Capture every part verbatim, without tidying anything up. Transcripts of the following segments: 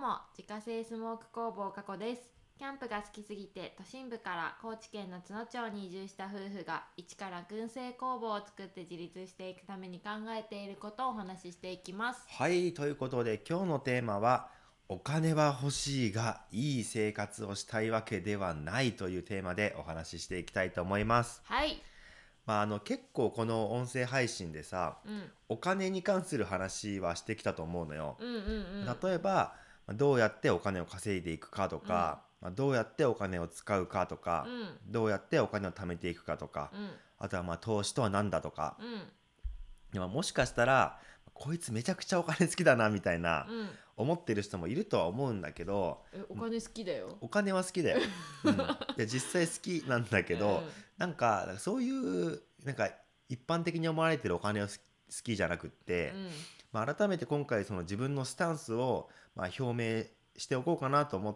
も自家製スモーク工房加古です。キャンプが好きすぎて都心部から高知県の津野町に移住した夫婦が一から燻製工房を作って自立していくために考えていることをお話ししていきます。 はい、ということで今日のテーマはお金は欲しいがいい生活をしたいわけではないというテーマでお話ししていきたいと思います。 はい、 まあ、あの結構この音声配信でさ、 うん、 お金に関する話はしてきたと思うのよ。 うんうんうん例えばまあどうやってお金を稼いでいくかとか、まあどうやってお金を使うかとか、 うんどうやってお金を貯めていくかとか、 うんあとはまあ投資とは何だとか、 うんでももしかしたらこいつめちゃくちゃお金好きだなみたいなうん思ってる人もいるとは思うんだけど、 えお金好きだよ。 お金は好きだよ、うん、で実際好きなんだけど、なんかそういうなんか一般的に思われてるお金を好き好きじゃなくって、 うんまあ、改めて今回その自分のスタンスをまあ表明しておこうかなと思って、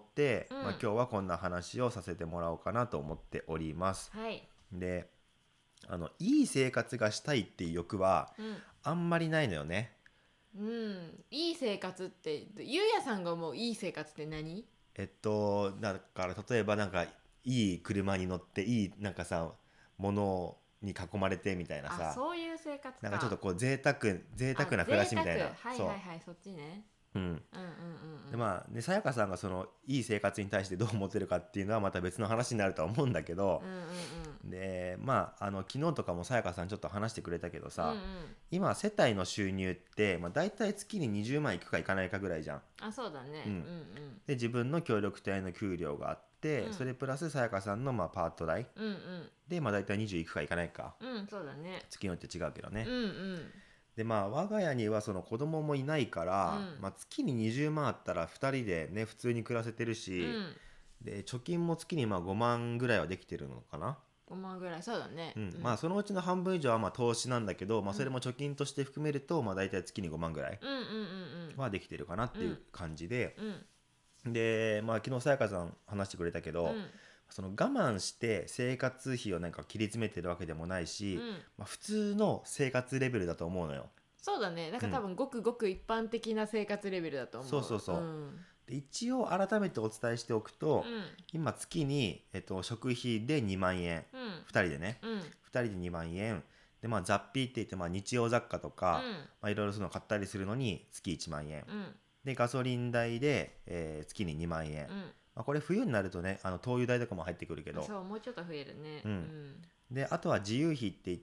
うんまあ、今日はこんな話をさせてもらおうかなと思っております。 はい、 で、あのいい生活がしたいっていう欲はうんあんまりないのよね。 うん、いい生活ってゆうやさんが思ういい生活って何？ えっとだから例えばなんかいい車に乗っていいなんかさものに囲まれてみたいなあ、 さ、 そういう生活か。 なんかちょっとこう贅沢贅あ沢な暮らしみたいな。 贅沢はいそう、 はいはい、そっちね。 うん、 うんうんうんうん。 でまあね、さやかさんがそのいい生活に対してどう思ってるかっていうのはまた別の話になるとは思うんだけど、 うんうんうん。 でまああの昨日とかもさやかさんちょっと話してくれたけどさ、 うんうん、 今世帯の収入って、まあ、大体月ににじゅうまんいくかいかないかぐらいじゃん。 あ、そうだね。 ううんんうんで自分の協力隊の給料があって、 うんそれプラスさやかさんのまあパート代うんうんで、まあ、大体にじゅういくかいかないか、 うん、そうだね。 月によって違うけどね。 うんうんでまあ我が家にはその子供もいないから、 うんまあ、月ににじゅうまんあったらふたりでね普通に暮らせてるうし、 ん。 で貯金も月にまあごまんぐらいはできてるのかな。 ごまんぐらい、そうだね。 うんまあそのうちの半分以上はまあ投資なんだけど、まあ、 うんそれも貯金として含めると、まあ、大体月にごまんぐらいうんうんうんはできてるかなっていう感じで、 うんうんでまあ昨日さやかさん話してくれたけど、 うんその我慢して生活費をなんか切り詰めてるわけでもないし、 うん。 まあ、普通の生活レベルだと思うのよ。 そうだね。なんか多分ごくごく一般的な生活レベルだと思う。 そうそうそううんで一応改めてお伝えしておくと、今月に、えっと、食費でにまんえん、 うんふたりでね、 うんふたりでにまんえんで、まあ、雑費って言って、まあ、日用雑貨とか、まあ、いろいろそういうの買ったりするのに月いちまんえん、 うんうんでガソリン代で、えー月ににまんえん、 うん。 まあ、これ冬になるとねあの灯油代とかも入ってくるけど、 そう、もうちょっと増えるね。 うんであとは自由費って言って、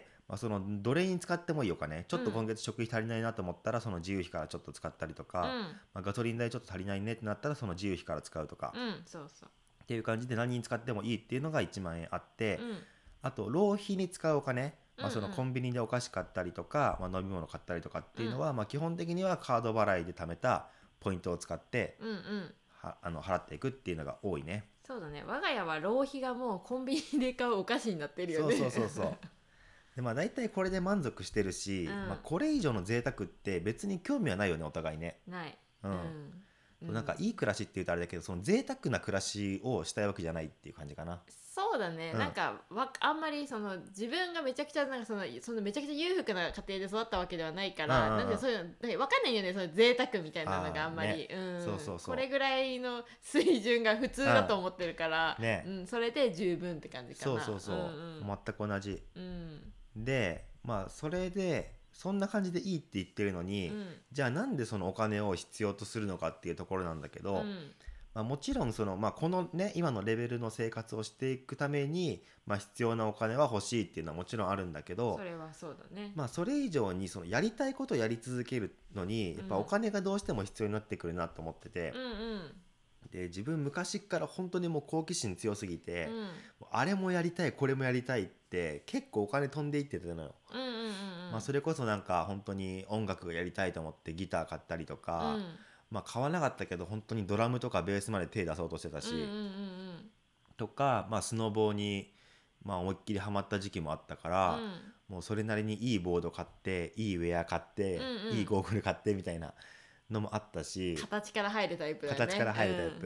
まあ、そのどれに使ってもいいお金、ちょっと今月食費足りないなと思ったらその自由費からちょっと使ったりとか、まあ、ガソリン代ちょっと足りないねってなったらその自由費から使うとか、 うんうん、そうそう。 っていう感じで何に使ってもいいっていうのがいちまんえんあって、 うんあと浪費に使うお金、まあ、そのうんうんコンビニでお菓子買ったりとか、まあ、飲み物買ったりとかっていうのは、まあ、基本的にはカード払いで貯めたポイントを使ってうんうん。 はあの払っていくっていうのが多いね。 そうだね。我が家は浪費がもうコンビニで買うお菓子になってるよそうね。 そうそうそうでまあ大体これで満足してるし、 うんまあ、これ以上の贅沢って別に興味はないよねお互いね。 ない。 うんうん。 なんかいい暮らしって言うとあれだけど、その贅沢な暮らしをしたいわけじゃないっていう感じかな。 そうだね、 うんなんかわあんまりその自分がめちゃくちゃなんかそのそのめちゃくちゃ裕福な家庭で育ったわけではないから、 うんうんうんなんでそういうのなんか分かんないよね、その贅沢みたいなのがあんまり、 あーねうん、 そうそうそうこれぐらいの水準が普通だと思ってるから、 うんねうん、それで十分って感じかな。 そうそうそう、 んうん全く同じうんで、まあそれでそんな感じでいいって言ってるのに、 うんじゃあなんでそのお金を必要とするのかっていうところなんだけど、 うんまあ、もちろんその、まあ、このね今のレベルの生活をしていくために、まあ、必要なお金は欲しいっていうのはもちろんあるんだけど、 それはそうだね。 まあ、それ以上にそのやりたいことをやり続けるのにやっぱお金がどうしても必要になってくるなと思ってて、 うんうんで自分昔から本当にもう好奇心強すぎて、 うんもうあれもやりたいこれもやりたいって結構お金飛んでいってたのよ。 うんうんうんうんまあ、それこそなんか本当に音楽がやりたいと思ってギター買ったりとか、まあ買わなかったけど本当にドラムとかベースまで手出そうとしてたし、 うんうんうんうんとか、まあ、スノボーに、まあ、思いっきりハマった時期もあったから、もうそれなりにいいボード買っていいウェア買って、 うんうんいいゴーグル買ってみたいなのもあったし、 形から入るタイプだね。 形から入るタイプ、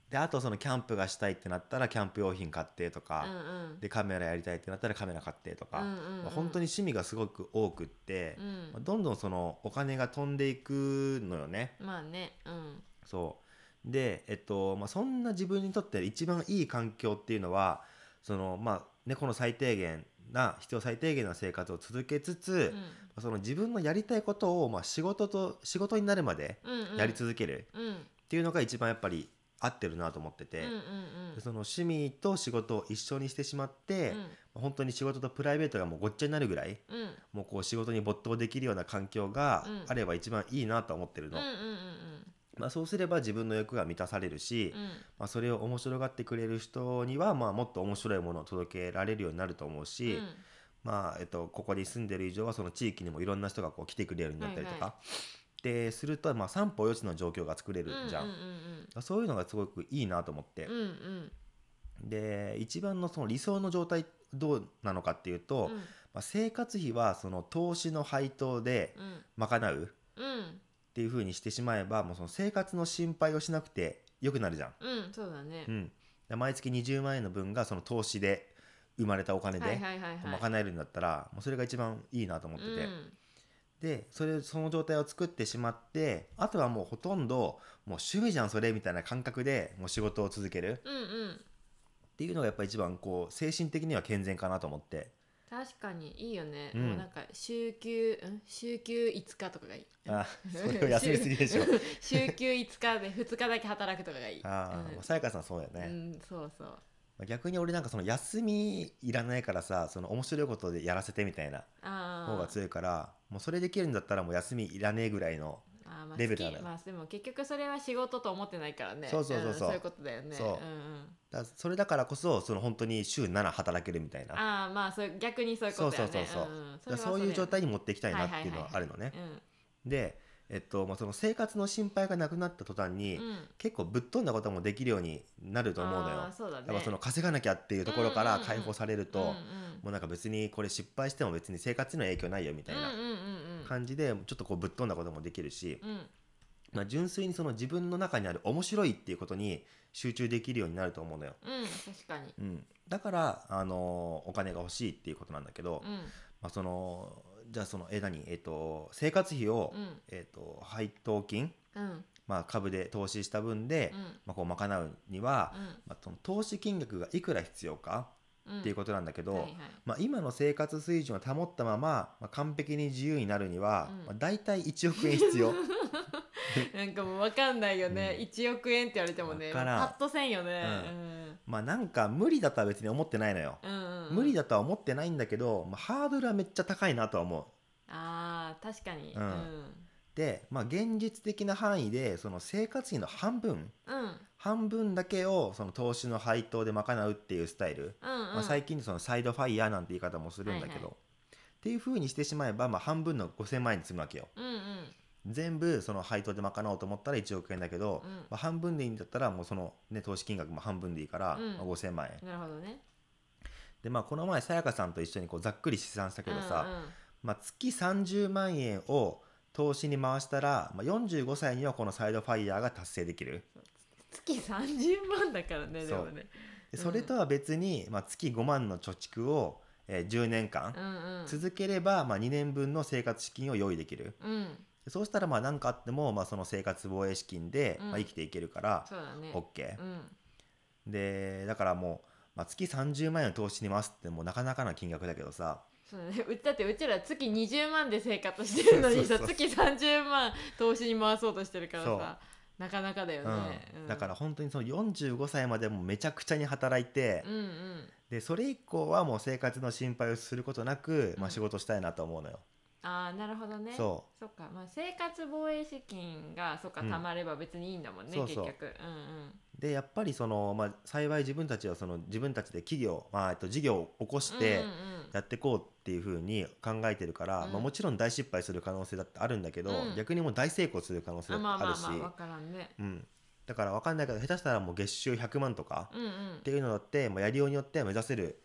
であとそのキャンプがしたいってなったらキャンプ用品買ってとか、 うんうんでカメラやりたいってなったらカメラ買ってとか、 うんうんうんまあ本当に趣味がすごく多くって、 うんまあどんどんそのお金が飛んでいくのよね。 まあねうんそうで、えっとまあ、そんな自分にとって一番いい環境っていうのはその、まあね、この最低限な必要最低限な生活を続けつつ、 うんその自分のやりたいことを、まあ、仕事と仕事になるまでうんうんやり続けるうんっていうのが一番やっぱり合ってるなと思ってて、 うんうんでその趣味と仕事を一緒にしてしまって、 うん本当に仕事とプライベートがもうごっちゃになるぐらいうんもうこう仕事に没頭できるような環境がうんあれば一番いいなと思ってるの。 うんうんうんまあ、そうすれば自分の欲が満たされるし、 うんまあ、それを面白がってくれる人には、まあ、もっと面白いものを届けられるようになると思うし、 うんまあえっと、ここに住んでる以上はその地域にもいろんな人がこう来てくれるようになったりとか、 はですると、まあ、三歩四つの状況が作れるじゃん、 うんうんそういうのがすごくいいなと思って、 うんうんで一番のその理想の状態どうなのかっていうと、 うんまあ、生活費はその投資の配当でうん賄ううんっていう風にしてしまえばもうその生活の心配をしなくてよくなるじゃん。 うんそうだねうん、で毎月にじゅうまんえんの分がその投資で生まれたお金はいではいはいはい賄えるんだったらもうそれが一番いいなと思ってて、 うんでそれその状態を作ってしまってあとはもうほとんどもう趣味じゃんそれみたいな感覚でもう仕事を続けるうんうんっていうのがやっぱ一番こう精神的には健全かなと思って。 確かにいいよね、 うんもうなんか週休ん週休いつかとかがいいあそれは休みすぎでしょ週休いつかでふつかだけ働くとかがいいああ、 うんさやかさんそうだよね、 うんそうそうまあ逆に俺なんかその休みいらないからさその面白いことでやらせてみたいなあ方が強いからもうそれできるんだったらもう休みいらねえぐらいのあーまあレベルなのよ好きまあでも結局それは仕事と思ってないからねそうそうそうそうんそういうことだよねそうんうんだからそれだからこそその本当に週なな働けるみたいなああまあそう逆にそういうことだよねそうそうそうそううんんだからそういう状態にに持っていきたいなっていうのはあるのね。 うんで、えっとまあ、その生活の心配がなくなった途端に、 うん結構ぶっ飛んだこともできるようになると思うのよ。 あーそうだねやっぱその稼がなきゃっていうところから解放されると、 うんうんもうなんか別にこれ失敗しても別に生活には影響ないよみたいなうんうんうんうん感じでちょっとこうぶっ飛んだこともできるし、 うんまあ、純粋にその自分の中にある面白いっていうことに集中できるようになると思うのよ。 うん確かにうん、だから、あのーお金が欲しいっていうことなんだけど、 うんまあ、そのじゃあそのえ何、えっと生活費を、 うんえっと配当金、 うんまあ、株で投資した分で、 うんまあ、こう賄うには、 うんまあ、その投資金額がいくら必要かうんっていうことなんだけど、 はいはいまあ、今の生活水準を保ったまま、まあ、完璧に自由になるには、 うんまあ、大体いちおくえん必要なんかもう分かんないよね、 うんいちおくえんって言われてもねわからんパッとせんよねまあなんか無理だとは別に思ってないのよ、 うんうんうんうん無理だとは思ってないんだけど、まあ、ハードルはめっちゃ高いなとは思う。 あー確かにううんんで、まあ、現実的な範囲でその生活費の半分うん半分だけをその投資の配当で賄うっていうスタイル、 うんうんまあ、最近そのサイドファイヤーなんて言い方もするんだけど、 はいはいっていう風にしてしまえば、まあ、半分のごせんまん円に積むわけよ。 うんうん全部その配当で賄おうと思ったらいちおくえんだけど、 うんまあ、半分でいいんだったらもうその、ね、投資金額も半分でいいから、 うんまあ、ごせんまん円なるほどねで、まあ、この前さやかさんと一緒にこうざっくり試算したけどさ、 うんうんまあ、月さんじゅうまん円を投資に回したら、まあ、よんじゅうごさいにはこのサイドファイヤーが達成できる。 月さんじゅうまんだからねでそうもねでそれとは別に、まあ、月ごまんの貯蓄を、えーじゅうねんかんうんうん続ければ、まあ、にねんぶんの生活資金を用意できる。 うんでそうしたらまあ何かあっても、まあ、その生活防衛資金で、 うんまあ、生きていけるからそうだね OK、 うんでだからもう、まあ、月さんじゅうまん円を投資に回すってもうなかなかな金額だけどさ、 そうだねうだってうちら月にじゅうまんで生活してるのにさそうそうそう月さんじゅうまん投資に回そうとしてるからそうさなかなかだよね、 うんうんだから本当にそのよんじゅうごさいまでもめちゃくちゃに働いて、 うんうんでそれ以降はもう生活の心配をすることなく、まあ、仕事したいなと思うのよ。 ああなるほどねそそっか、まあ、生活防衛資金がそっかうん貯まれば別にいいんだもんね、 そうそう結局うんでやっぱりその、まあ、幸い自分たちはその自分たちで企業、まあ、えっと事業を起こしてうんうんうんやっていこうっていうふうに考えてるから、 うんまあ、もちろん大失敗する可能性だってあるんだけど、 うん逆にもう大成功する可能性だってあまあまあるし、 あまあ分からんねうん、だから分かんないけど下手したらもう月収ひゃくまんとかうんうんっていうのだって、もうやりようによっては目指せる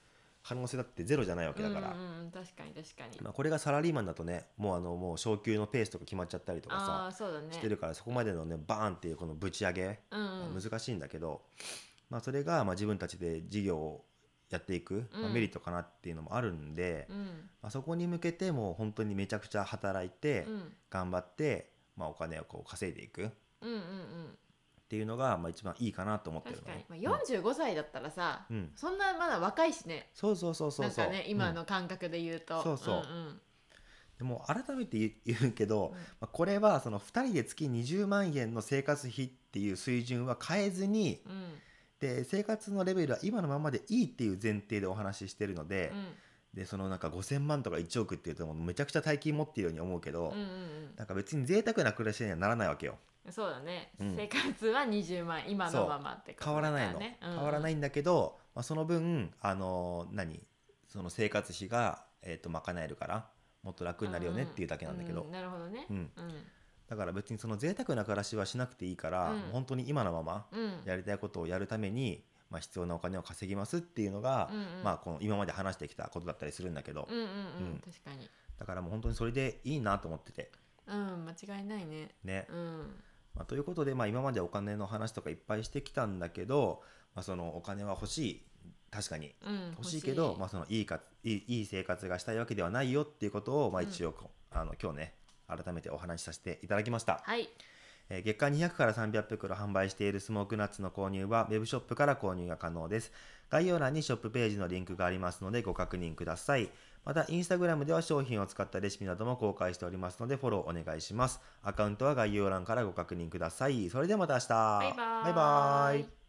可能性だってゼロじゃないわけだから、 うんうん、確かに確かに、 まあ、これがサラリーマンだとねもうあのもう昇給のペースとか決まっちゃったりとかさあそうだ、ね、 してるからそこまでのねバーンっていうこのぶち上げ、 うんうん、 難しいんだけど、まあ、それがまあ自分たちで事業をやっていく、まあ、メリットかなっていうのもあるんで、 うんまあ、そこに向けてもう本当にめちゃくちゃ働いて、 うん頑張って、まあ、お金をこう稼いでいくっうんうんうんていうのがまあ一番いいかなと思ってるのね。 確かに、まあ、よんじゅうごさいだったらさ、 うん、 そんなまだ若いしね、 そうそうそうそうそう、 なんかね今の感覚で言うと、 うん、そうそう、 うんうん、 でも改めて言う言うけど、 うんまあ、これはそのふたりで月にじゅうまんえんの生活費っていう水準は変えずに、 うんで生活のレベルは今のままでいいっていう前提でお話ししてるので、 うんでそのなんかごせんまんとかいちおくっていうともうめちゃくちゃ大金持っているように思うけど、 うんうんなんか別に贅沢な暮らしにはならないわけよ。 うん、そうだね、 うん生活はにじゅうまん今のままってこと変わらないの、 ね、うんうん、 変わらないんだけど、まあ、その分あのー何その生活費が、えー、と賄えるからもっと楽になるよねっていうだけなんだけど、 うんうん、なるほどね、 うんうんだから別にその贅沢な暮らしはしなくていいから、 うんもう本当に今のままうんやりたいことをやるために、まあ、必要なお金を稼ぎますっていうのが、 うんうんまあ、この今まで話してきたことだったりするんだけど、 うんうんうん、 うん確かに、 だからもう本当にそれでいいなと思っててうん間違いないね、 ね、 うんまあ、ということで、まあ、今までお金の話とかいっぱいしてきたんだけど、まあ、そのお金は欲しい確かにうん、 欲しいけど、まあ、そのいいかいいいい生活がしたいわけではないよっていうことを、まあ、一応こう、あの今日ね改めてお話しさせていただきました、 はい、 えー月間にひゃくからさんびゃく袋販売しているスモークナッツの購入はウェブショップから購入が可能です。概要欄にショップページのリンクがありますのでご確認ください。またインスタグラムでは商品を使ったレシピなども公開しておりますのでフォローお願いします。アカウントは概要欄からご確認ください。それではまた明日。 バイバーイバイバーイ。